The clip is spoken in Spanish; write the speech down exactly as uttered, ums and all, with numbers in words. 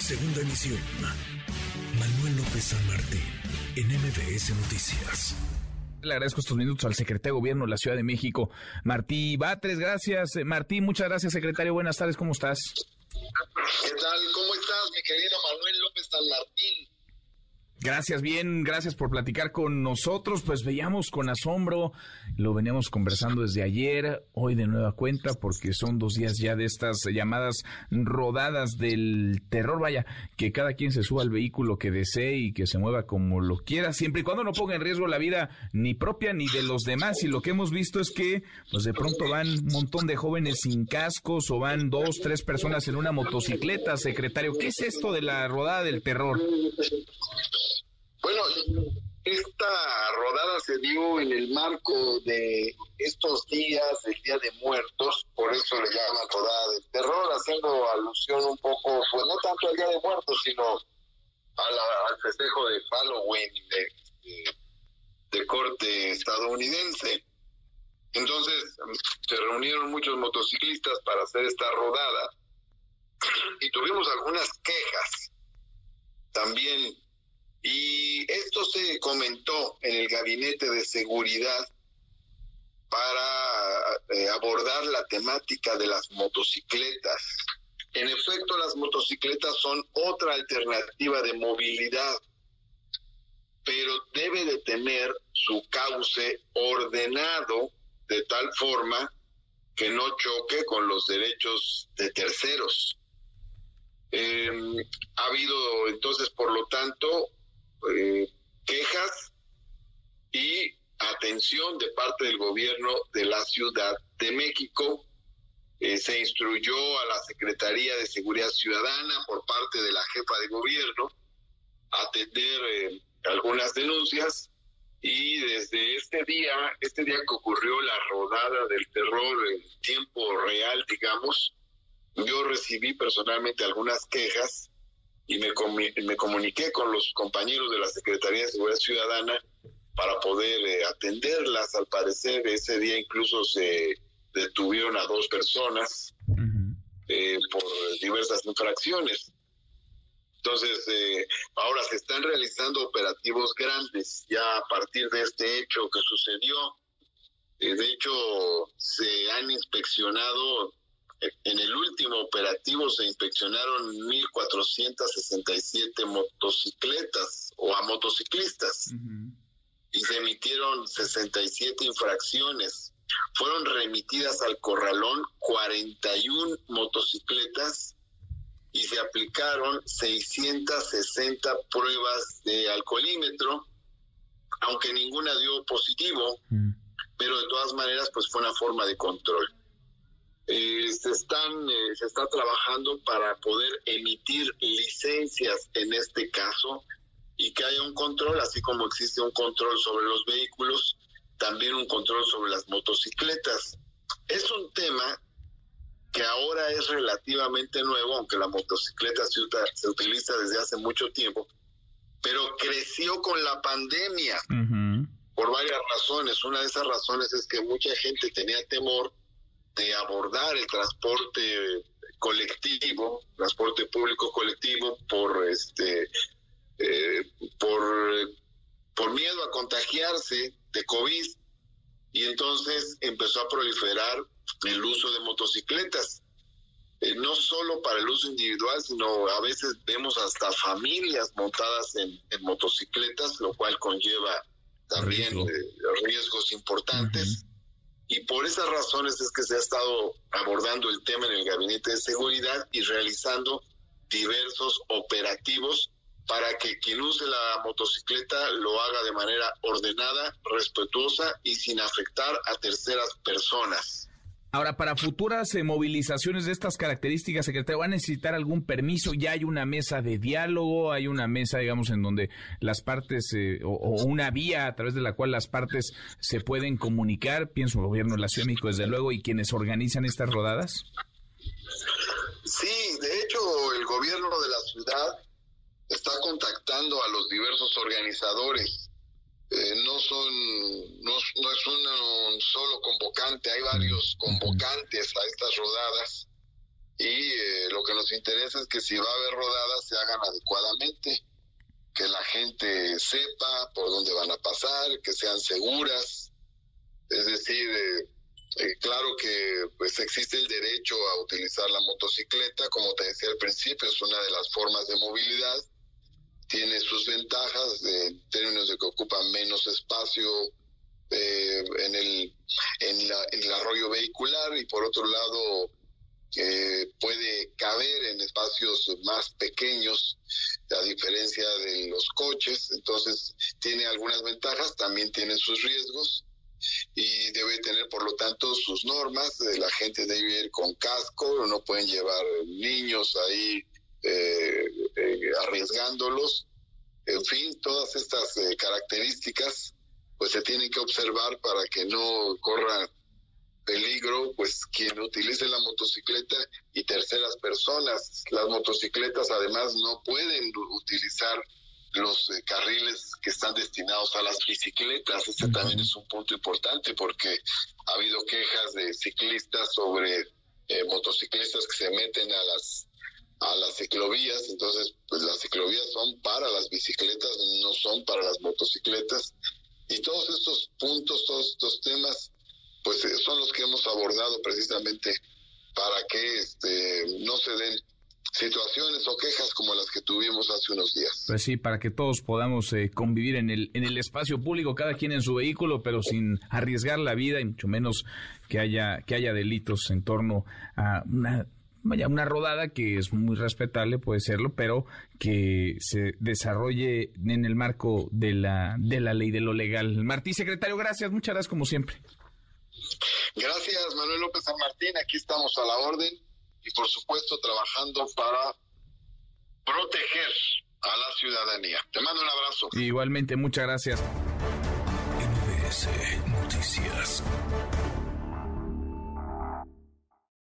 Segunda emisión. Manuel López San Martín, en M V S Noticias. Le agradezco estos minutos al secretario de Gobierno de la Ciudad de México, Martí Batres. Gracias, Martí. Muchas gracias, secretario. Buenas tardes, ¿cómo estás? ¿Qué tal? ¿Cómo estás, mi querido Manuel López San Martín? Gracias, bien, gracias por platicar con nosotros. Pues veíamos con asombro, lo veníamos conversando desde ayer, hoy de nueva cuenta, porque son dos días ya de estas llamadas rodadas del terror. Vaya, que cada quien se suba al vehículo que desee y que se mueva como lo quiera, siempre y cuando no ponga en riesgo la vida ni propia ni de los demás. Y lo que hemos visto es que, pues de pronto van un montón de jóvenes sin cascos o van dos, tres personas en una motocicleta, secretario. ¿Qué es esto de la rodada del terror? Bueno, esta rodada se dio en el marco de estos días, el Día de Muertos, por eso le llaman rodada del terror, haciendo alusión un poco, pues no tanto al Día de Muertos, sino a la, al festejo de Halloween de, de, de corte estadounidense. Entonces, se reunieron muchos motociclistas para hacer esta rodada y tuvimos algunas quejas también. Y esto se comentó en el Gabinete de Seguridad para eh, abordar la temática de las motocicletas. En efecto, las motocicletas son otra alternativa de movilidad, pero debe de tener su cauce ordenado de tal forma que no choque con los derechos de terceros. Eh, ha habido entonces, por lo tanto, Eh, quejas y atención de parte del gobierno de la Ciudad de México. Eh, se instruyó a la Secretaría de Seguridad Ciudadana por parte de la jefa de gobierno a atender eh, algunas denuncias, y desde este día, este día que ocurrió la rodada del terror en tiempo real, digamos, yo recibí personalmente algunas quejas y me, comu- me comuniqué con los compañeros de la Secretaría de Seguridad Ciudadana para poder eh, atenderlas. Al parecer, ese día incluso se detuvieron a dos personas uh-huh. eh, por diversas infracciones. Entonces, eh, ahora se están realizando operativos grandes ya a partir de este hecho que sucedió. Eh, de hecho, se han inspeccionado. En el último operativo se inspeccionaron mil cuatrocientas sesenta y siete motocicletas o a motociclistas uh-huh. y se emitieron sesenta y siete infracciones. Fueron remitidas al corralón cuarenta y una motocicletas y se aplicaron seiscientas sesenta pruebas de alcoholímetro, aunque ninguna dio positivo, uh-huh. pero de todas maneras pues fue una forma de control. Eh, se están eh, se está trabajando para poder emitir licencias en este caso y que haya un control, así como existe un control sobre los vehículos, también un control sobre las motocicletas. Es un tema que ahora es relativamente nuevo, aunque la motocicleta se, uta, se utiliza desde hace mucho tiempo, pero creció con la pandemia uh-huh. por varias razones. Una de esas razones es que mucha gente tenía temor de abordar el transporte colectivo, transporte público colectivo, por este, eh, por, por miedo a contagiarse de COVID, y entonces empezó a proliferar el uso de motocicletas, eh, no solo para el uso individual, sino a veces vemos hasta familias montadas en, en motocicletas, lo cual conlleva también Riesgo. eh, riesgos importantes. Uh-huh. Y por esas razones es que se ha estado abordando el tema en el Gabinete de Seguridad y realizando diversos operativos para que quien use la motocicleta lo haga de manera ordenada, respetuosa y sin afectar a terceras personas. Ahora, para futuras eh, movilizaciones de estas características, secretario, ¿va a necesitar algún permiso? ¿Ya hay una mesa de diálogo? ¿Hay una mesa, digamos, en donde las partes, eh, o, o una vía a través de la cual las partes se pueden comunicar? Pienso el gobierno de la Ciudad de México, desde luego, y quienes organizan estas rodadas. Sí, de hecho, el gobierno de la ciudad está contactando a los diversos organizadores. Eh, no son, no, no es un, un solo convocante, hay varios convocantes a estas rodadas, y eh, lo que que nos interesa es que si va a haber rodadas se hagan adecuadamente, que la gente sepa por dónde van a pasar, que sean seguras. Es decir, eh, eh, claro que pues existe el derecho a utilizar la motocicleta, como te decía al principio, es una de las formas de movilidad, tiene sus ventajas eh, en términos de que ocupa menos espacio eh, en el en, la, en el arroyo vehicular, y por otro lado eh, puede caber en espacios más pequeños, a diferencia de los coches. Entonces tiene algunas ventajas, también tiene sus riesgos, y debe tener por lo tanto sus normas. La gente debe ir con casco, no pueden llevar niños ahí eh, eh, arriesgándolos. En fin, todas estas eh, características pues se tienen que observar para que no corra peligro pues quien utilice la motocicleta y terceras personas. Las motocicletas además no pueden utilizar los eh, carriles que están destinados a las bicicletas. Este también es un punto importante, porque ha habido quejas de ciclistas sobre eh, motociclistas que se meten a las a las ciclovías. Entonces pues las ciclovías son para las bicicletas, no son para las motocicletas, y todos estos puntos, todos estos temas pues eh, son los que hemos abordado precisamente para que este no se den situaciones o quejas como las que tuvimos hace unos días. Pues sí, para que todos podamos eh, convivir en el en el espacio público, cada quien en su vehículo, pero sin arriesgar la vida, y mucho menos que haya que haya delitos en torno a una vaya una rodada que es muy respetable, puede serlo, pero que se desarrolle en el marco de la de la ley, de lo legal. Martí, secretario, gracias, muchas gracias como siempre. Gracias, Manuel López San Martín, aquí estamos a la orden y por supuesto trabajando para proteger a la ciudadanía. Te mando un abrazo. Igualmente, muchas gracias. M B S Noticias.